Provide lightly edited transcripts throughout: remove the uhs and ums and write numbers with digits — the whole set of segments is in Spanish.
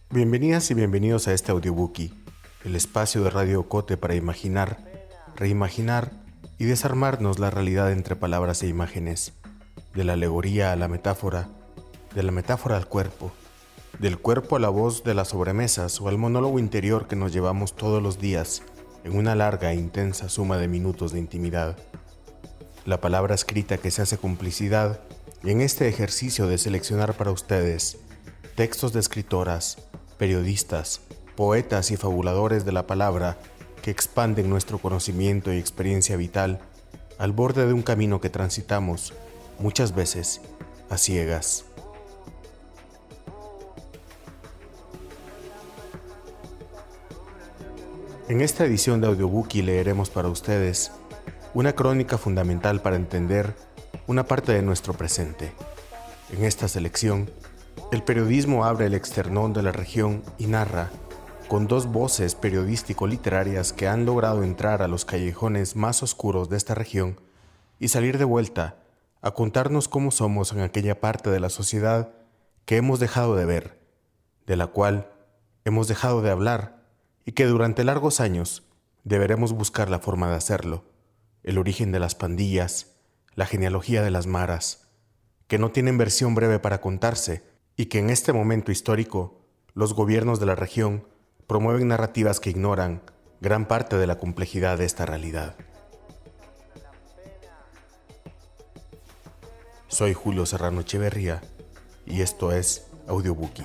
Bienvenidas y bienvenidos a este Audiobookie, el espacio de Radio Ocote para imaginar, reimaginar y desarmarnos la realidad entre palabras e imágenes, de la alegoría a la metáfora, de la metáfora al cuerpo, del cuerpo a la voz de las sobremesas o al monólogo interior que nos llevamos todos los días en una larga e intensa suma de minutos de intimidad. La palabra escrita que se hace complicidad y en este ejercicio de seleccionar para ustedes textos de escritoras, periodistas, poetas y fabuladores de la palabra que expanden nuestro conocimiento y experiencia vital al borde de un camino que transitamos, muchas veces, a ciegas. En esta edición de Audiobookie leeremos para ustedes una crónica fundamental para entender una parte de nuestro presente. En esta selección, el periodismo abre el externón de la región y narra, con dos voces periodístico-literarias que han logrado entrar a los callejones más oscuros de esta región y salir de vuelta a contarnos cómo somos en aquella parte de la sociedad que hemos dejado de ver, de la cual hemos dejado de hablar y que durante largos años deberemos buscar la forma de hacerlo, el origen de las pandillas, la genealogía de las maras, que no tienen versión breve para contarse y que en este momento histórico los gobiernos de la región promueven narrativas que ignoran gran parte de la complejidad de esta realidad. Soy Julio Serrano Echeverría y esto es Audiobookie.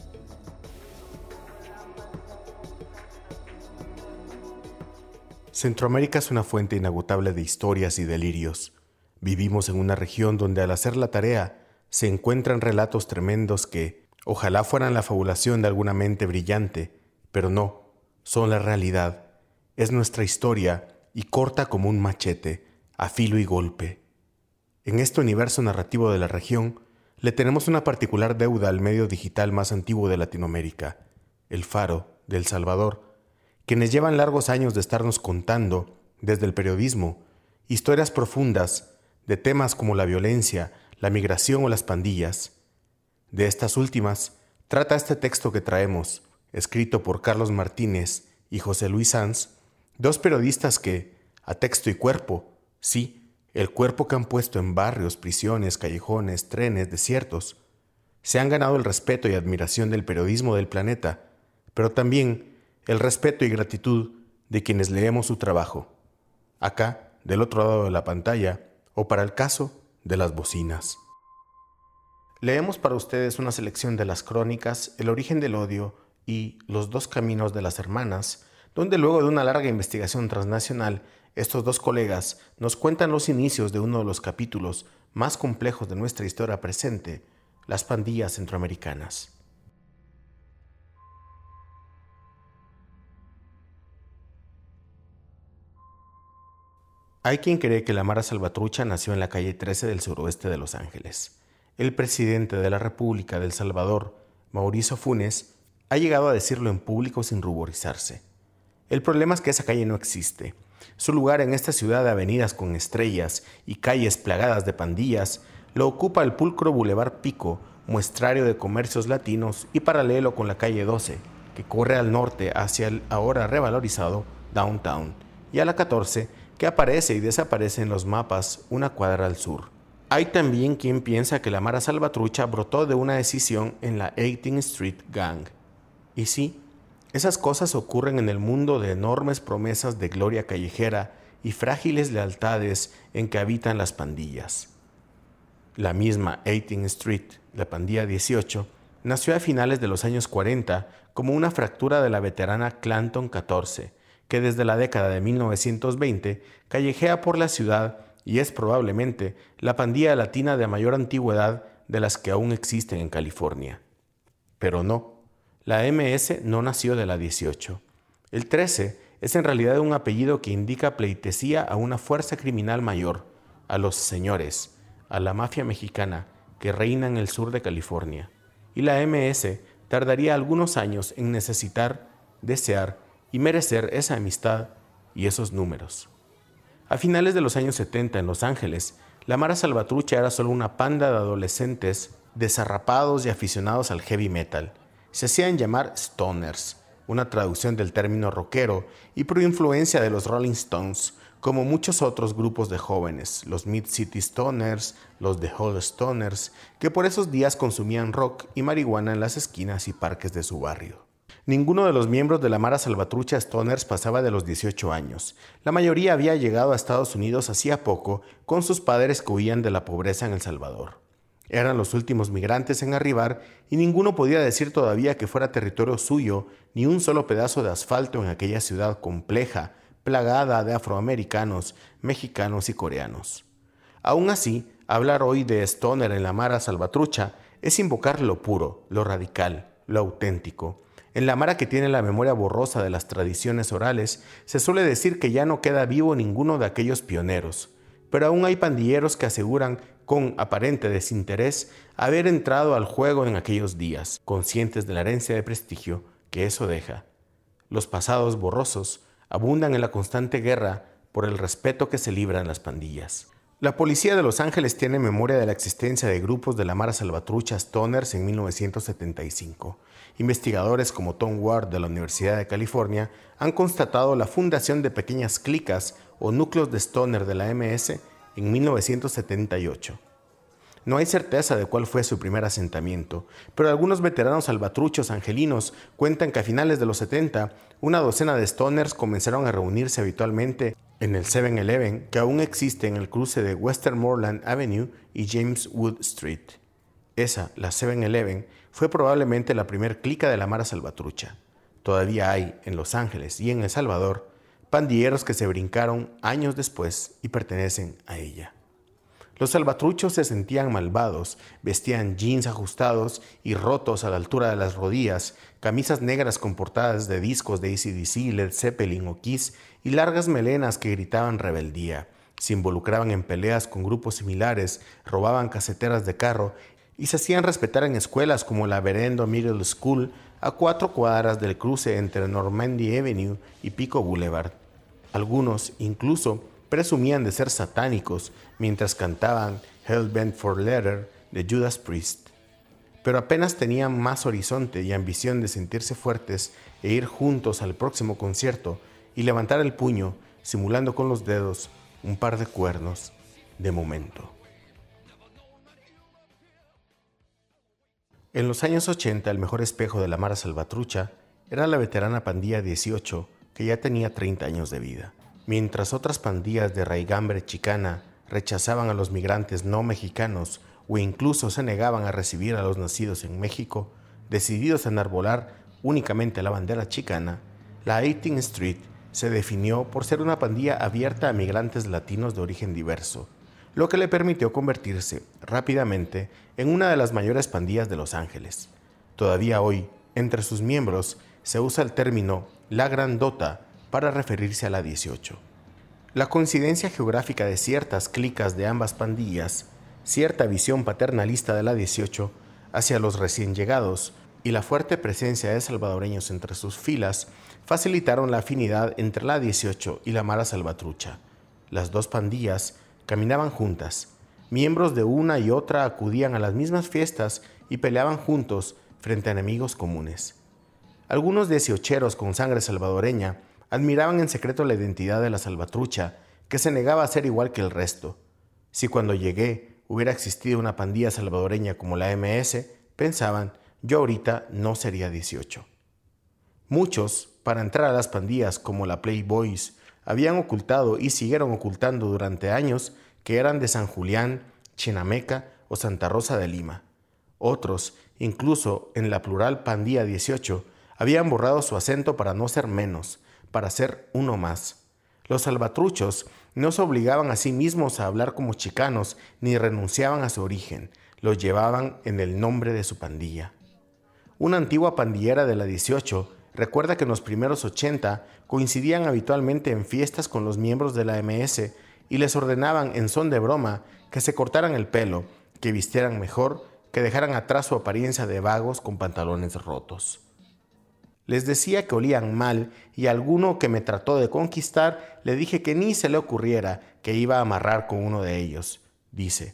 Centroamérica es una fuente inagotable de historias y delirios. Vivimos en una región donde al hacer la tarea se encuentran relatos tremendos que, ojalá fueran la fabulación de alguna mente brillante, pero no, son la realidad. Es nuestra historia y corta como un machete, a filo y golpe. En este universo narrativo de la región, le tenemos una particular deuda al medio digital más antiguo de Latinoamérica, El Faro, de El Salvador, quienes llevan largos años de estarnos contando, desde el periodismo, historias profundas de temas como la violencia, la migración o las pandillas. De estas últimas, trata este texto que traemos, escrito por Carlos Martínez y José Luis Sanz, dos periodistas que, a texto y cuerpo, sí, el cuerpo que han puesto en barrios, prisiones, callejones, trenes, desiertos, se han ganado el respeto y admiración del periodismo del planeta, pero también el respeto y gratitud de quienes leemos su trabajo, acá, del otro lado de la pantalla, o para el caso, de las bocinas. Leemos para ustedes una selección de las crónicas El origen del odio y Los dos caminos de las hermanas, donde luego de una larga investigación transnacional, estos dos colegas nos cuentan los inicios de uno de los capítulos más complejos de nuestra historia presente, las pandillas centroamericanas. Hay quien cree que la Mara Salvatrucha nació en la calle 13 del suroeste de Los Ángeles. El presidente de la República de El Salvador, Mauricio Funes, ha llegado a decirlo en público sin ruborizarse. El problema es que esa calle no existe. Su lugar en esta ciudad de avenidas con estrellas y calles plagadas de pandillas lo ocupa el pulcro Boulevard Pico, muestrario de comercios latinos y paralelo con la calle 12, que corre al norte hacia el ahora revalorizado Downtown, y a la 14, que aparece y desaparece en los mapas una cuadra al sur. Hay también quien piensa que la Mara Salvatrucha brotó de una decisión en la 18th Street Gang. Y sí, esas cosas ocurren en el mundo de enormes promesas de gloria callejera y frágiles lealtades en que habitan las pandillas. La misma 18th Street, la pandilla 18, nació a finales de los años 40 como una fractura de la veterana Clanton 14, que desde la década de 1920 callejea por la ciudad y es probablemente la pandilla latina de mayor antigüedad de las que aún existen en California. Pero no, la MS no nació de la 18. El 13 es en realidad un apellido que indica pleitesía a una fuerza criminal mayor, a los señores, a la mafia mexicana que reina en el sur de California. Y la MS tardaría algunos años en necesitar, desear y merecer esa amistad y esos números. A finales de los años 70 en Los Ángeles, la Mara Salvatrucha era solo una panda de adolescentes desarrapados y aficionados al heavy metal, Se hacían llamar stoners, una traducción del término rockero y por influencia de los Rolling Stones, como muchos otros grupos de jóvenes, los Mid-City Stoners, los The Hall Stoners, que por esos días consumían rock y marihuana en las esquinas y parques de su barrio. Ninguno de los miembros de la Mara Salvatrucha Stoners pasaba de los 18 años. La mayoría había llegado a Estados Unidos hacía poco con sus padres que huían de la pobreza en El Salvador. Eran los últimos migrantes en arribar y ninguno podía decir todavía que fuera territorio suyo ni un solo pedazo de asfalto en aquella ciudad compleja, plagada de afroamericanos, mexicanos y coreanos. Aún así, hablar hoy de Stoner en la Mara Salvatrucha es invocar lo puro, lo radical, lo auténtico. En la Mara que tiene la memoria borrosa de las tradiciones orales, se suele decir que ya no queda vivo ninguno de aquellos pioneros, pero aún hay pandilleros que aseguran, con aparente desinterés, haber entrado al juego en aquellos días, conscientes de la herencia de prestigio que eso deja. Los pasados borrosos abundan en la constante guerra por el respeto que se libran las pandillas. La policía de Los Ángeles tiene memoria de la existencia de grupos de la Mara Salvatrucha Stoners en 1975. Investigadores como Tom Ward de la Universidad de California han constatado la fundación de pequeñas clicas o núcleos de Stoner de la MS en 1978. No hay certeza de cuál fue su primer asentamiento, pero algunos veteranos salvatruchos angelinos cuentan que a finales de los 70, una docena de stoners comenzaron a reunirse habitualmente en el 7-Eleven que aún existe en el cruce de Westmoreland Avenue y James Wood Street. Esa, la 7-Eleven, fue probablemente la primer clica de la Mara Salvatrucha. Todavía hay, en Los Ángeles y en El Salvador, pandilleros que se brincaron años después y pertenecen a ella. Los salvatruchos se sentían malvados, vestían jeans ajustados y rotos a la altura de las rodillas, camisas negras con portadas de discos de AC/DC, Led Zeppelin o Kiss y largas melenas que gritaban rebeldía. Se involucraban en peleas con grupos similares, robaban caseteras de carro y se hacían respetar en escuelas como la Berendo Middle School a 4 cuadras del cruce entre Normandy Avenue y Pico Boulevard. Algunos, incluso, presumían de ser satánicos mientras cantaban Hell Bent for Leather de Judas Priest. Pero apenas tenían más horizonte y ambición de sentirse fuertes e ir juntos al próximo concierto y levantar el puño, simulando con los dedos un par de cuernos de momento. En los años 80, el mejor espejo de la Mara Salvatrucha era la veterana pandilla 18, que ya tenía 30 años de vida. Mientras otras pandillas de raigambre chicana rechazaban a los migrantes no mexicanos o incluso se negaban a recibir a los nacidos en México, decididos a enarbolar únicamente la bandera chicana, la 18th Street se definió por ser una pandilla abierta a migrantes latinos de origen diverso, lo que le permitió convertirse rápidamente en una de las mayores pandillas de Los Ángeles. Todavía hoy, entre sus miembros, se usa el término La Grandota para referirse a la 18. La coincidencia geográfica de ciertas clicas de ambas pandillas, cierta visión paternalista de la 18 hacia los recién llegados y la fuerte presencia de salvadoreños entre sus filas facilitaron la afinidad entre la 18 y la Mara Salvatrucha. Las dos pandillas caminaban juntas. Miembros de una y otra acudían a las mismas fiestas y peleaban juntos frente a enemigos comunes. Algunos 18eros con sangre salvadoreña admiraban en secreto la identidad de la Salvatrucha, que se negaba a ser igual que el resto. Si cuando llegué hubiera existido una pandilla salvadoreña como la MS, pensaban, yo ahorita no sería 18. Muchos, para entrar a las pandillas como la Playboys, habían ocultado y siguieron ocultando durante años que eran de San Julián, Chinameca o Santa Rosa de Lima. Otros, incluso en la plural pandilla 18, habían borrado su acento para no ser menos, para ser uno más. Los salvatruchos no se obligaban a sí mismos a hablar como chicanos ni renunciaban a su origen, los llevaban en el nombre de su pandilla. Una antigua pandillera de la 18 recuerda que en los primeros 80 coincidían habitualmente en fiestas con los miembros de la MS y les ordenaban en son de broma que se cortaran el pelo, que vistieran mejor, que dejaran atrás su apariencia de vagos con pantalones rotos. Les decía que olían mal y a alguno que me trató de conquistar le dije que ni se le ocurriera que iba a amarrar con uno de ellos, dice.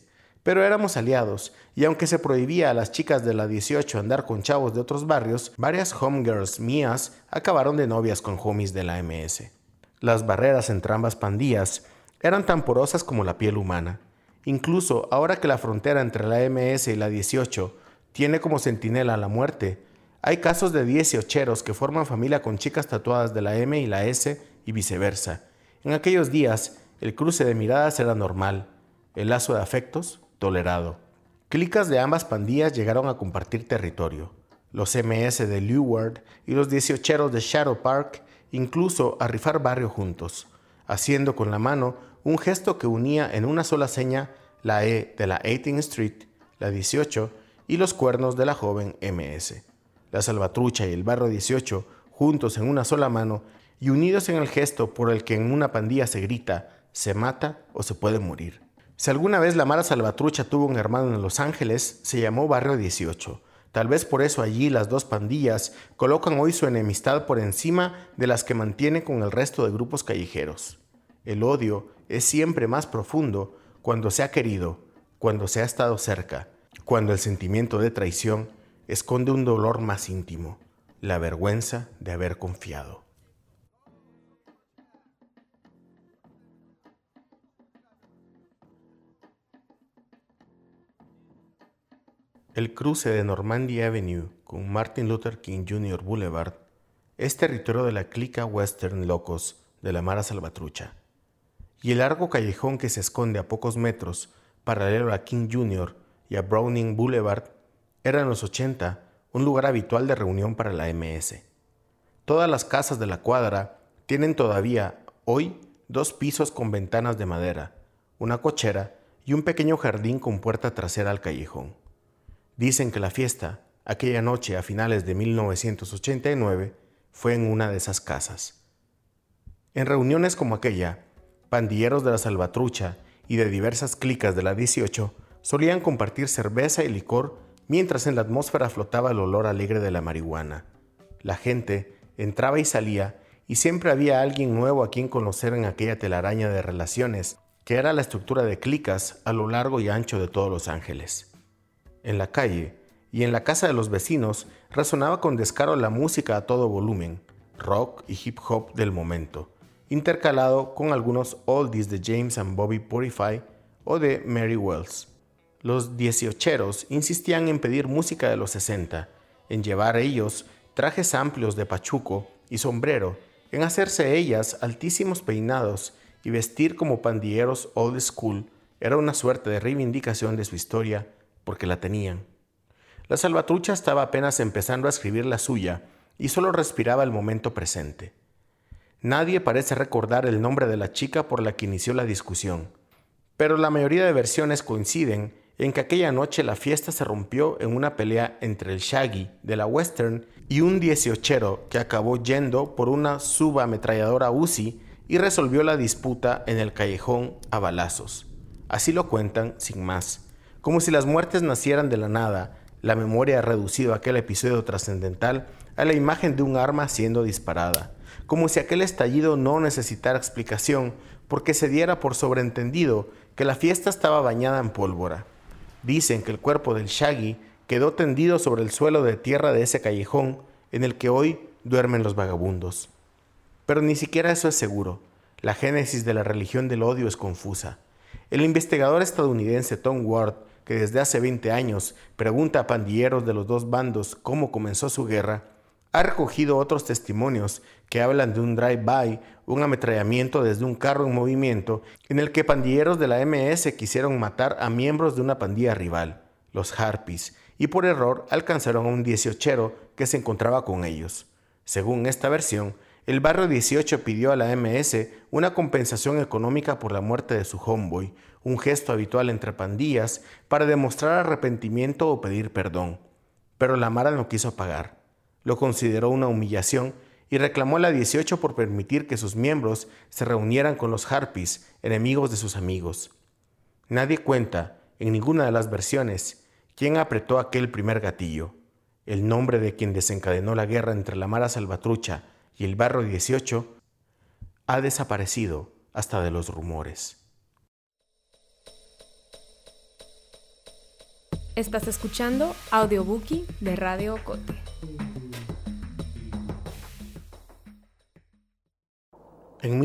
Pero éramos aliados, y aunque se prohibía a las chicas de la 18 andar con chavos de otros barrios, varias homegirls mías acabaron de novias con homies de la MS. Las barreras entre ambas pandillas eran tan porosas como la piel humana. Incluso ahora que la frontera entre la MS y la 18 tiene como centinela la muerte, hay casos de 18eros que forman familia con chicas tatuadas de la M y la S y viceversa. En aquellos días, el cruce de miradas era normal, el lazo de afectos tolerado. Clicas de ambas pandillas llegaron a compartir territorio. Los MS de Leeward y los 18eros de Shadow Park incluso a rifar barrio juntos, haciendo con la mano un gesto que unía en una sola seña la E de la 18th Street, la 18 y los cuernos de la joven MS. La Salvatrucha y el barrio 18 juntos en una sola mano y unidos en el gesto por el que en una pandilla se grita, se mata o se puede morir. Si alguna vez la Mara Salvatrucha tuvo un hermano en Los Ángeles, se llamó Barrio 18. Tal vez por eso allí las dos pandillas colocan hoy su enemistad por encima de las que mantienen con el resto de grupos callejeros. El odio es siempre más profundo cuando se ha querido, cuando se ha estado cerca, cuando el sentimiento de traición esconde un dolor más íntimo, la vergüenza de haber confiado. El cruce de Normandy Avenue con Martin Luther King Jr. Boulevard es territorio de la clica Western Locos de la Mara Salvatrucha, y el largo callejón que se esconde a pocos metros, paralelo a King Jr. y a Browning Boulevard, era en los 80 un lugar habitual de reunión para la MS. Todas las casas de la cuadra tienen todavía, hoy, 2 pisos con ventanas de madera, una cochera y un pequeño jardín con puerta trasera al callejón. Dicen que la fiesta, aquella noche a finales de 1989, fue en una de esas casas. En reuniones como aquella, pandilleros de la Salvatrucha y de diversas clicas de la 18 solían compartir cerveza y licor mientras en la atmósfera flotaba el olor alegre de la marihuana. La gente entraba y salía y siempre había alguien nuevo a quien conocer en aquella telaraña de relaciones que era la estructura de clicas a lo largo y ancho de todos Los Ángeles. En la calle y en la casa de los vecinos resonaba con descaro la música a todo volumen, rock y hip hop del momento, intercalado con algunos oldies de James and Bobby Purify o de Mary Wells. Los 18eros insistían en pedir música de los 60, en llevar ellos trajes amplios de pachuco y sombrero, en hacerse ellas altísimos peinados y vestir como pandilleros old school era una suerte de reivindicación de su historia porque la tenían. La Salvatrucha estaba apenas empezando a escribir la suya y solo respiraba el momento presente. Nadie parece recordar el nombre de la chica por la que inició la discusión, pero la mayoría de versiones coinciden en que aquella noche la fiesta se rompió en una pelea entre el Shaggy de la Western y un 18ero que acabó yendo por una subametralladora Uzi y resolvió la disputa en el callejón a balazos. Así lo cuentan sin más. Como si las muertes nacieran de la nada, la memoria ha reducido aquel episodio trascendental a la imagen de un arma siendo disparada, como si aquel estallido no necesitara explicación porque se diera por sobreentendido que la fiesta estaba bañada en pólvora. Dicen que el cuerpo del Shaggy quedó tendido sobre el suelo de tierra de ese callejón en el que hoy duermen los vagabundos. Pero ni siquiera eso es seguro. La génesis de la religión del odio es confusa. El investigador estadounidense Tom Ward, que desde hace 20 años pregunta a pandilleros de los dos bandos cómo comenzó su guerra, ha recogido otros testimonios que hablan de un drive-by, un ametrallamiento desde un carro en movimiento, en el que pandilleros de la MS quisieron matar a miembros de una pandilla rival, los Harpies, y por error alcanzaron a un 18ero que se encontraba con ellos. Según esta versión, el barrio 18 pidió a la MS una compensación económica por la muerte de su homeboy, un gesto habitual entre pandillas para demostrar arrepentimiento o pedir perdón. Pero la Mara no quiso pagar. Lo consideró una humillación y reclamó a la 18 por permitir que sus miembros se reunieran con los Harpies, enemigos de sus amigos. Nadie cuenta, en ninguna de las versiones, quién apretó aquel primer gatillo. El nombre de quien desencadenó la guerra entre la Mara Salvatrucha y el barrio 18 ha desaparecido hasta de los rumores. Estás escuchando Audiobookie de Radio Ocote. En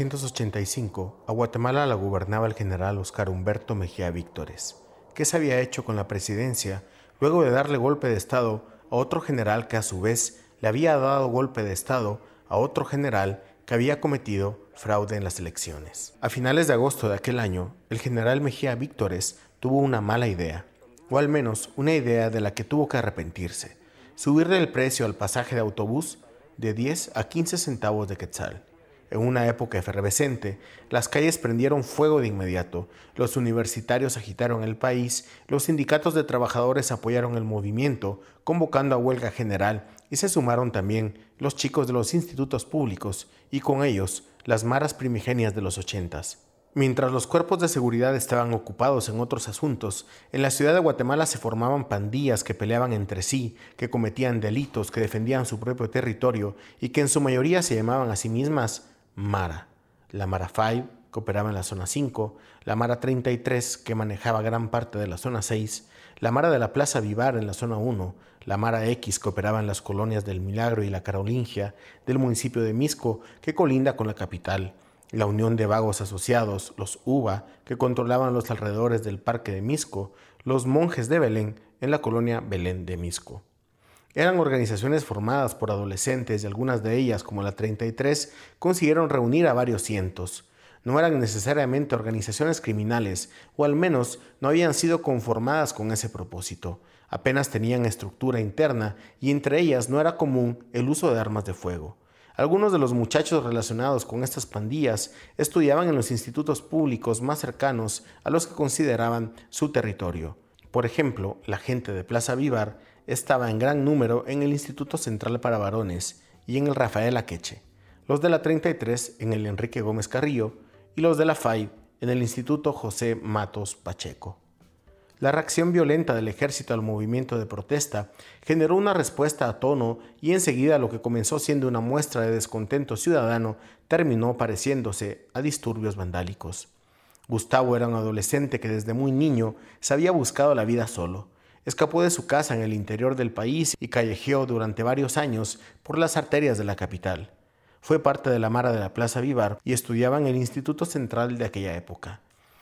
1985, a Guatemala la gobernaba el general Óscar Humberto Mejía Víctores. ¿Qué se había hecho con la presidencia luego de darle golpe de Estado a otro general que a su vez le había dado golpe de Estado a otro general que había cometido fraude en las elecciones? A finales de agosto de aquel año, el general Mejía Víctores tuvo una mala idea, o al menos una idea de la que tuvo que arrepentirse: subirle el precio al pasaje de autobús de 10 a 15 centavos de quetzal. En una época efervescente, las calles prendieron fuego de inmediato, los universitarios agitaron el país, los sindicatos de trabajadores apoyaron el movimiento, convocando a huelga general, y se sumaron también los chicos de los institutos públicos, y con ellos las maras primigenias de los 80s. Mientras los cuerpos de seguridad estaban ocupados en otros asuntos, en la ciudad de Guatemala se formaban pandillas que peleaban entre sí, que cometían delitos, que defendían su propio territorio y que en su mayoría se llamaban a sí mismas Mara. La Mara 5, que operaba en la zona 5, la Mara 33, que manejaba gran parte de la zona 6, la Mara de la Plaza Vivar en la zona 1, la Mara X, que operaba en las colonias del Milagro y la Carolingia del municipio de Misco, que colinda con la capital, la Unión de Vagos Asociados, los UVA, que controlaban los alrededores del Parque de Misco, los Monjes de Belén en la colonia Belén de Misco. Eran organizaciones formadas por adolescentes y algunas de ellas, como la 33, consiguieron reunir a varios cientos. No eran necesariamente organizaciones criminales, o al menos no habían sido conformadas con ese propósito. Apenas tenían estructura interna y entre ellas no era común el uso de armas de fuego. Algunos de los muchachos relacionados con estas pandillas estudiaban en los institutos públicos más cercanos a los que consideraban su territorio. Por ejemplo, la gente de Plaza Vivar estaba en gran número en el Instituto Central para Varones y en el Rafael Akeche, los de la 33 en el Enrique Gómez Carrillo y los de la FAI en el Instituto José Matos Pacheco. La reacción violenta del ejército al movimiento de protesta generó una respuesta a tono y enseguida lo que comenzó siendo una muestra de descontento ciudadano terminó pareciéndose a disturbios vandálicos. Gustavo era un adolescente que desde muy niño se había buscado la vida solo. Escapó de su casa en el interior del país y callejeó durante varios años por las arterias de la capital. Fue parte de la Mara de la Plaza Vivar y estudiaba en el Instituto Central de aquella época.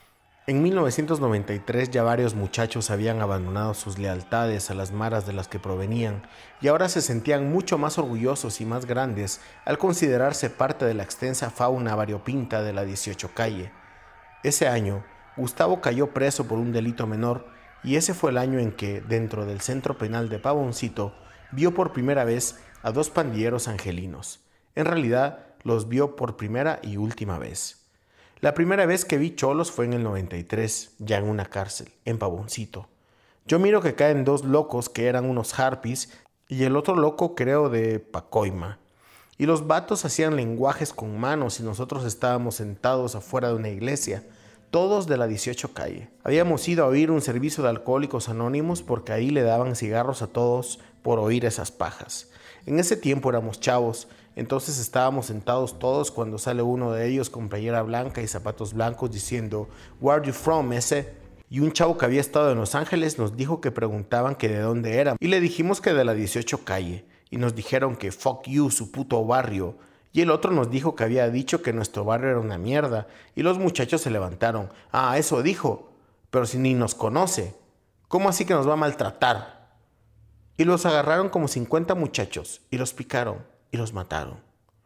En 1993 ya varios muchachos habían abandonado sus lealtades a las maras de las que provenían y ahora se sentían mucho más orgullosos y más grandes al considerarse parte de la extensa fauna variopinta de la 18 calle. Ese año, Gustavo cayó preso por un delito menor y ese fue el año en que, dentro del centro penal de Pavoncito, vio por primera vez a dos pandilleros angelinos. En realidad, los vio por primera y última vez. La primera vez que vi cholos fue en el 93, ya en una cárcel, en Pavoncito. Yo miro que caen dos locos que eran unos harpies y el otro loco creo de Pacoima. Y los vatos hacían lenguajes con manos y nosotros estábamos sentados afuera de una iglesia, todos de la 18 calle. Habíamos ido a oír un servicio de Alcohólicos Anónimos porque ahí le daban cigarros a todos por oír esas pajas. En ese tiempo éramos chavos, entonces estábamos sentados todos cuando sale uno de ellos con playera blanca y zapatos blancos diciendo "Where are you from, ese?" Y un chavo que había estado en Los Ángeles nos dijo que preguntaban que de dónde era y le dijimos que de la 18 calle y nos dijeron que fuck you, su puto barrio. Y el otro nos dijo que había dicho que nuestro barrio era una mierda y los muchachos se levantaron. Ah, eso dijo, pero si ni nos conoce, ¿cómo así que nos va a maltratar? Y los agarraron como 50 muchachos y los picaron y los mataron.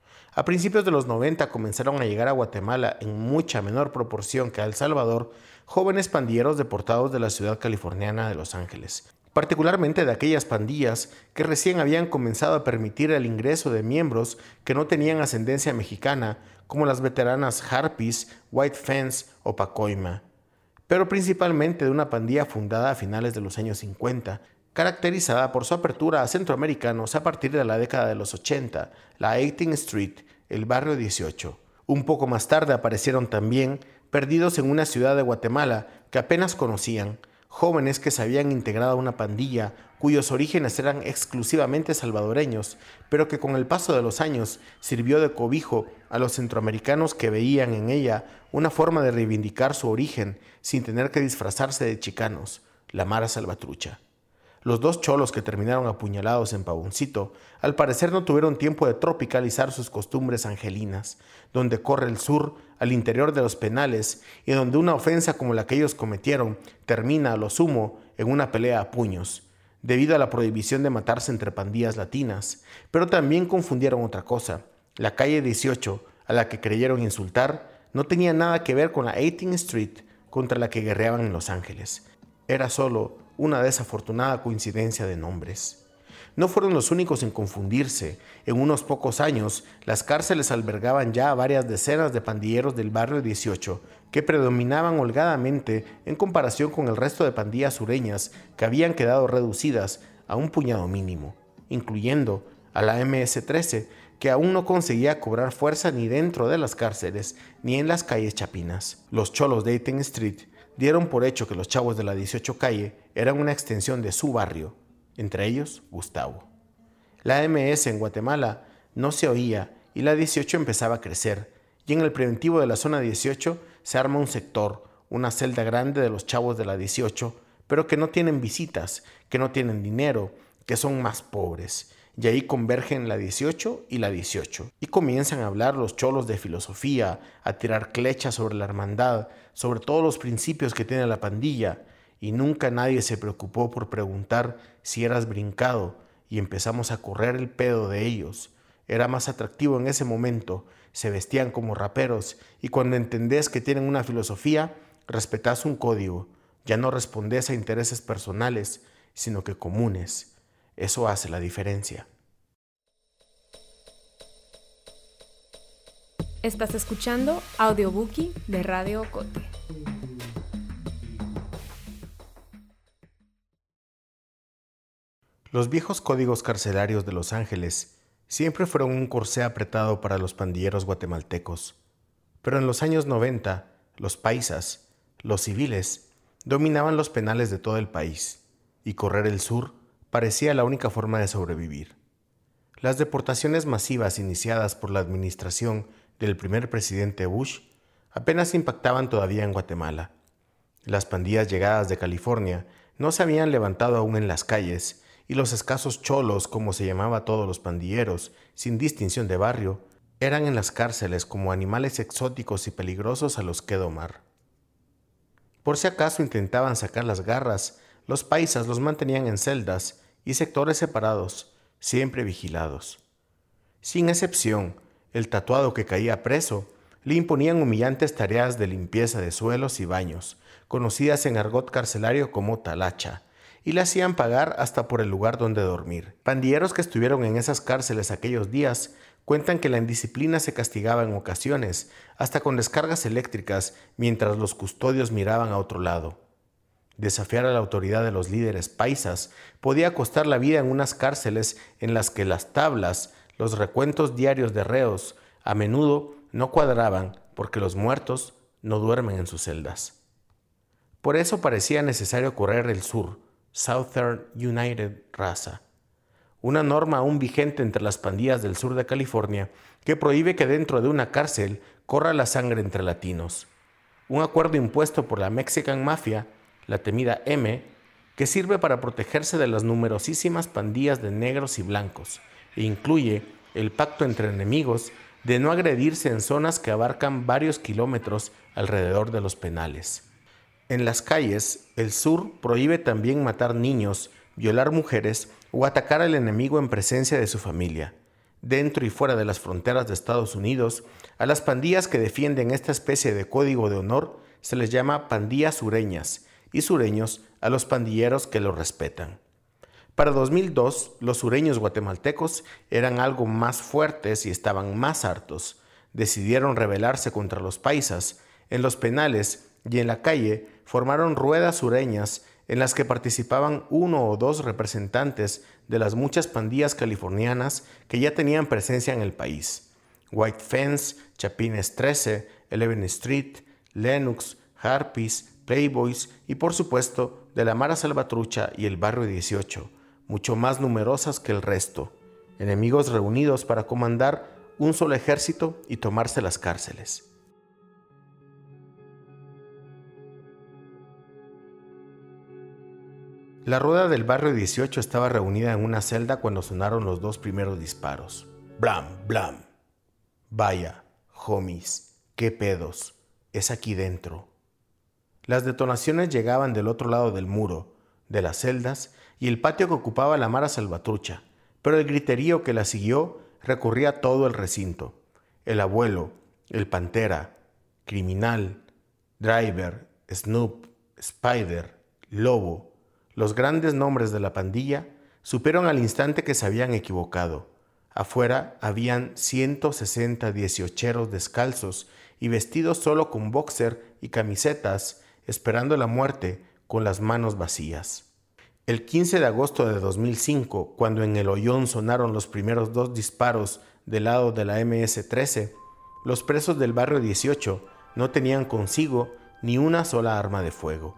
A principios de los 90 comenzaron a llegar a Guatemala en mucha menor proporción que a El Salvador jóvenes pandilleros deportados de la ciudad californiana de Los Ángeles, particularmente de aquellas pandillas que recién habían comenzado a permitir el ingreso de miembros que no tenían ascendencia mexicana, como las veteranas Harpies, White Fence o Pacoima, pero principalmente de una pandilla fundada a finales de los años 50, caracterizada por su apertura a centroamericanos a partir de la década de los 80, la 18th Street, el barrio 18. Un poco más tarde aparecieron también, perdidos en una ciudad de Guatemala que apenas conocían, jóvenes que se habían integrado a una pandilla cuyos orígenes eran exclusivamente salvadoreños, pero que con el paso de los años sirvió de cobijo a los centroamericanos que veían en ella una forma de reivindicar su origen sin tener que disfrazarse de chicanos. la Mara Salvatrucha. Los dos cholos que terminaron apuñalados en Pavoncito, al parecer no tuvieron tiempo de tropicalizar sus costumbres angelinas, donde corre el sur, al interior de los penales, y donde una ofensa como la que ellos cometieron termina a lo sumo en una pelea a puños, debido a la prohibición de matarse entre pandillas latinas. Pero también confundieron otra cosa. La calle 18, a la que creyeron insultar, no tenía nada que ver con la 18th Street contra la que guerreaban en Los Ángeles. Era solo una desafortunada coincidencia de nombres. No fueron los únicos en confundirse. En unos pocos años, las cárceles albergaban ya a varias decenas de pandilleros del barrio 18, que predominaban holgadamente en comparación con el resto de pandillas sureñas que habían quedado reducidas a un puñado mínimo, incluyendo a la MS-13, que aún no conseguía cobrar fuerza ni dentro de las cárceles ni en las calles chapinas. Los cholos de 18th Street dieron por hecho que los chavos de la 18 calle eran una extensión de su barrio, entre ellos Gustavo. La MS en Guatemala no se oía y la 18 empezaba a crecer, y en el preventivo de la zona 18 se arma un sector, una celda grande de los chavos de la 18, pero que no tienen visitas, que no tienen dinero, que son más pobres. Y ahí convergen la 18 y la 18. Y comienzan a hablar los cholos de filosofía, a tirar clechas sobre la hermandad, sobre todos los principios que tiene la pandilla. Y nunca nadie se preocupó por preguntar si eras brincado, y empezamos a correr el pedo de ellos. Era más atractivo en ese momento, se vestían como raperos, y cuando entendés que tienen una filosofía, respetás un código. Ya no respondés a intereses personales, sino que comunes. Eso hace la diferencia. Estás escuchando Audiobookie de Radio Cote. Los viejos códigos carcelarios de Los Ángeles siempre fueron un corsé apretado para los pandilleros guatemaltecos. Pero en los años 90, los paisas, los civiles, dominaban los penales de todo el país, y correr el sur parecía la única forma de sobrevivir. Las deportaciones masivas iniciadas por la administración del primer presidente Bush apenas impactaban todavía en Guatemala. Las pandillas llegadas de California no se habían levantado aún en las calles, y los escasos cholos, como se llamaba a todos los pandilleros, sin distinción de barrio, eran en las cárceles como animales exóticos y peligrosos a los que domar. Por si acaso intentaban sacar las garras, los paisas los mantenían en celdas y sectores separados, siempre vigilados. Sin excepción, el tatuado que caía preso le imponían humillantes tareas de limpieza de suelos y baños, conocidas en argot carcelario como talacha, y le hacían pagar hasta por el lugar donde dormir. Pandilleros que estuvieron en esas cárceles aquellos días cuentan que la indisciplina se castigaba en ocasiones, hasta con descargas eléctricas, mientras los custodios miraban a otro lado. Desafiar a la autoridad de los líderes paisas podía costar la vida en unas cárceles en las que las tablas, los recuentos diarios de reos, a menudo no cuadraban porque los muertos no duermen en sus celdas. Por eso parecía necesario correr el sur, Southern United Raza, una norma aún vigente entre las pandillas del sur de California que prohíbe que dentro de una cárcel corra la sangre entre latinos. Un acuerdo impuesto por la Mexican Mafia, la temida M, que sirve para protegerse de las numerosísimas pandillas de negros y blancos, e incluye el pacto entre enemigos de no agredirse en zonas que abarcan varios kilómetros alrededor de los penales. En las calles, el sur prohíbe también matar niños, violar mujeres o atacar al enemigo en presencia de su familia. Dentro y fuera de las fronteras de Estados Unidos, a las pandillas que defienden esta especie de código de honor se les llama pandillas sureñas, y sureños a los pandilleros que lo respetan. Para 2002, los sureños guatemaltecos eran algo más fuertes y estaban más hartos. Decidieron rebelarse contra los paisas. En los penales y en la calle formaron ruedas sureñas en las que participaban 1 o 2 representantes de las muchas pandillas californianas que ya tenían presencia en el país. White Fence, Chapines 13, 11th Street, Lennox, Harpies, Playboys y por supuesto de la Mara Salvatrucha y el barrio 18, mucho más numerosas que el resto, enemigos reunidos para comandar un solo ejército y tomarse las cárceles. La rueda del barrio 18 estaba reunida en una celda cuando sonaron los 2 primeros disparos. Blam, blam. Vaya, homies, qué pedos, es aquí dentro. Las detonaciones llegaban del otro lado del muro, de las celdas y el patio que ocupaba la Mara Salvatrucha, pero el griterío que la siguió recorría todo el recinto. El abuelo, el Pantera, Criminal, Driver, Snoop, Spider, Lobo, los grandes nombres de la pandilla, supieron al instante que se habían equivocado. Afuera habían 160 dieciocheros descalzos y vestidos solo con boxer y camisetas, esperando la muerte con las manos vacías. El 15 de agosto de 2005, cuando en el Ollón sonaron los primeros 2 disparos del lado de la MS-13, los presos del barrio 18 no tenían consigo ni una sola arma de fuego.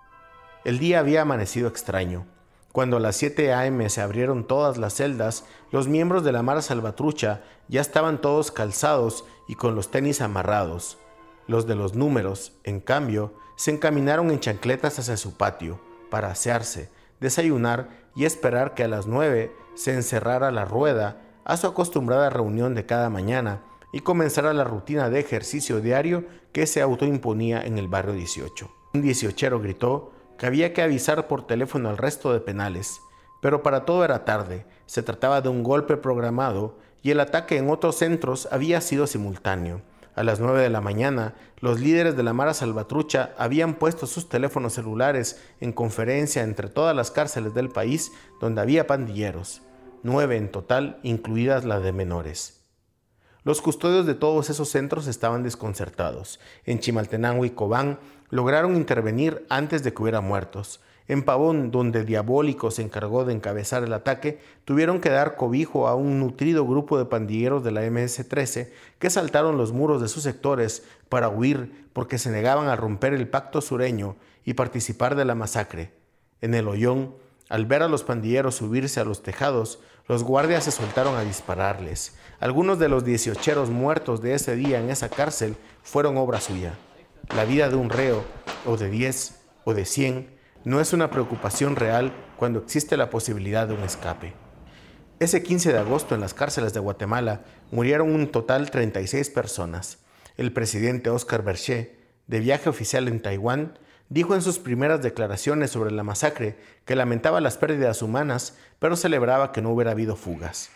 El día había amanecido extraño. Cuando a las 7 a.m. se abrieron todas las celdas, los miembros de la Mara Salvatrucha ya estaban todos calzados y con los tenis amarrados. Los de los números, en cambio, se encaminaron en chancletas hacia su patio, para asearse, desayunar y esperar que a las 9 se encerrara la rueda a su acostumbrada reunión de cada mañana y comenzara la rutina de ejercicio diario que se autoimponía en el barrio 18. Un dieciochero gritó que había que avisar por teléfono al resto de penales, pero para todo era tarde, se trataba de un golpe programado y el ataque en otros centros había sido simultáneo. A las 9 de la mañana, los líderes de la Mara Salvatrucha habían puesto sus teléfonos celulares en conferencia entre todas las cárceles del país donde había pandilleros, 9 en total, incluidas las de menores. Los custodios de todos esos centros estaban desconcertados. En Chimaltenango y Cobán lograron intervenir antes de que hubiera muertos. En Pavón, donde Diabólico se encargó de encabezar el ataque, tuvieron que dar cobijo a un nutrido grupo de pandilleros de la MS-13 que saltaron los muros de sus sectores para huir porque se negaban a romper el pacto sureño y participar de la masacre. En el Ollón, al ver a los pandilleros subirse a los tejados, los guardias se soltaron a dispararles. Algunos de los dieciocheros muertos de ese día en esa cárcel fueron obra suya. La vida de un reo, o de 10, o de 100, no es una preocupación real cuando existe la posibilidad de un escape. Ese 15 de agosto en las cárceles de Guatemala murieron un total 36 personas. El presidente Oscar Berché, de viaje oficial en Taiwán, dijo en sus primeras declaraciones sobre la masacre que lamentaba las pérdidas humanas, pero celebraba que no hubiera habido fugas.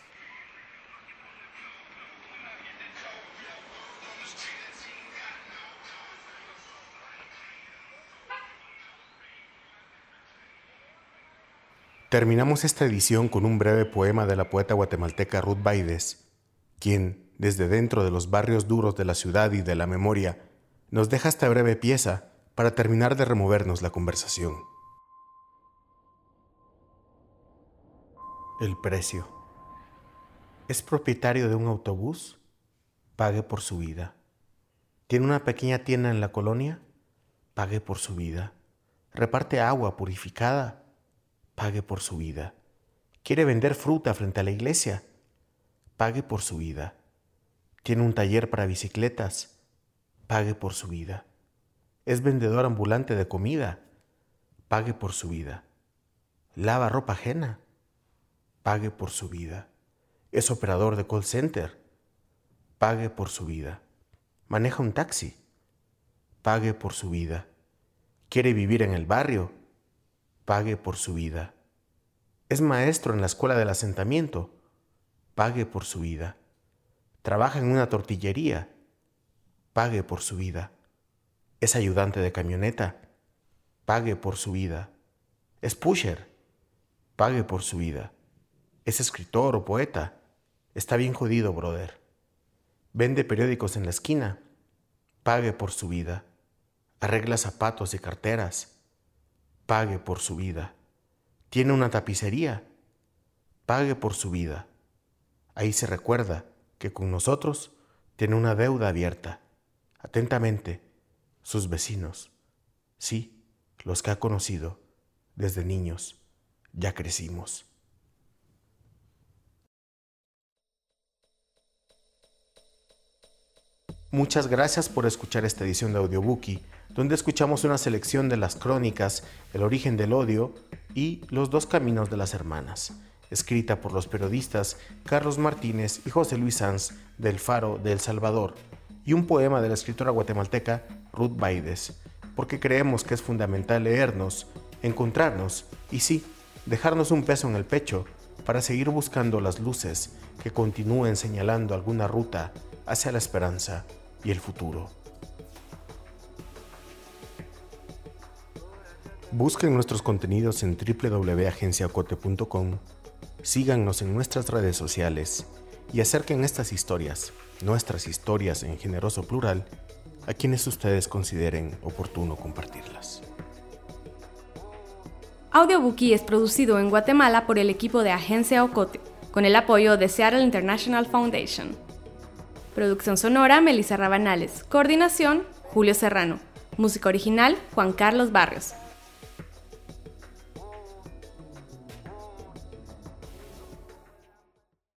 Terminamos esta edición con un breve poema de la poeta guatemalteca Ruth Baides, quien, desde dentro de los barrios duros de la ciudad y de la memoria, nos deja esta breve pieza para terminar de removernos la conversación. El precio. ¿Es propietario de un autobús? Pague por su vida. ¿Tiene una pequeña tienda en la colonia? Pague por su vida. ¿Reparte agua purificada? Pague por su vida. ¿Quiere vender fruta frente a la iglesia? Pague por su vida. ¿Tiene un taller para bicicletas? Pague por su vida. ¿Es vendedor ambulante de comida? Pague por su vida. ¿Lava ropa ajena? Pague por su vida. ¿Es operador de call center? Pague por su vida. ¿Maneja un taxi? Pague por su vida. ¿Quiere vivir en el barrio? Pague por su vida. ¿Es maestro en la escuela del asentamiento? Pague por su vida. ¿Trabaja en una tortillería? Pague por su vida. ¿Es ayudante de camioneta? Pague por su vida. ¿Es pusher? Pague por su vida. ¿Es escritor o poeta? Está bien jodido, brother. ¿Vende periódicos en la esquina? Pague por su vida. ¿Arregla zapatos y carteras? Pague por su vida. ¿Tiene una tapicería? Pague por su vida. Ahí se recuerda que con nosotros tiene una deuda abierta. Atentamente, sus vecinos. Sí, los que ha conocido desde niños. Ya crecimos. Muchas gracias por escuchar esta edición de Audiobookie. donde escuchamos una selección de las crónicas El origen del odio y Los dos caminos de las hermanas, escrita por los periodistas Carlos Martínez y José Luis Sanz del Faro de El Salvador, y un poema de la escritora guatemalteca Ruth Baides, porque creemos que es fundamental leernos, encontrarnos y sí, dejarnos un peso en el pecho para seguir buscando las luces que continúen señalando alguna ruta hacia la esperanza y el futuro. Busquen nuestros contenidos en www.agenciaocote.com, síganos en nuestras redes sociales y acerquen estas historias, nuestras historias en generoso plural, a quienes ustedes consideren oportuno compartirlas. Audiobookie es producido en Guatemala por el equipo de Agencia Ocote, con el apoyo de Seattle International Foundation. Producción sonora, Melissa Rabanales. Coordinación, Julio Serrano. Música original, Juan Carlos Barrios.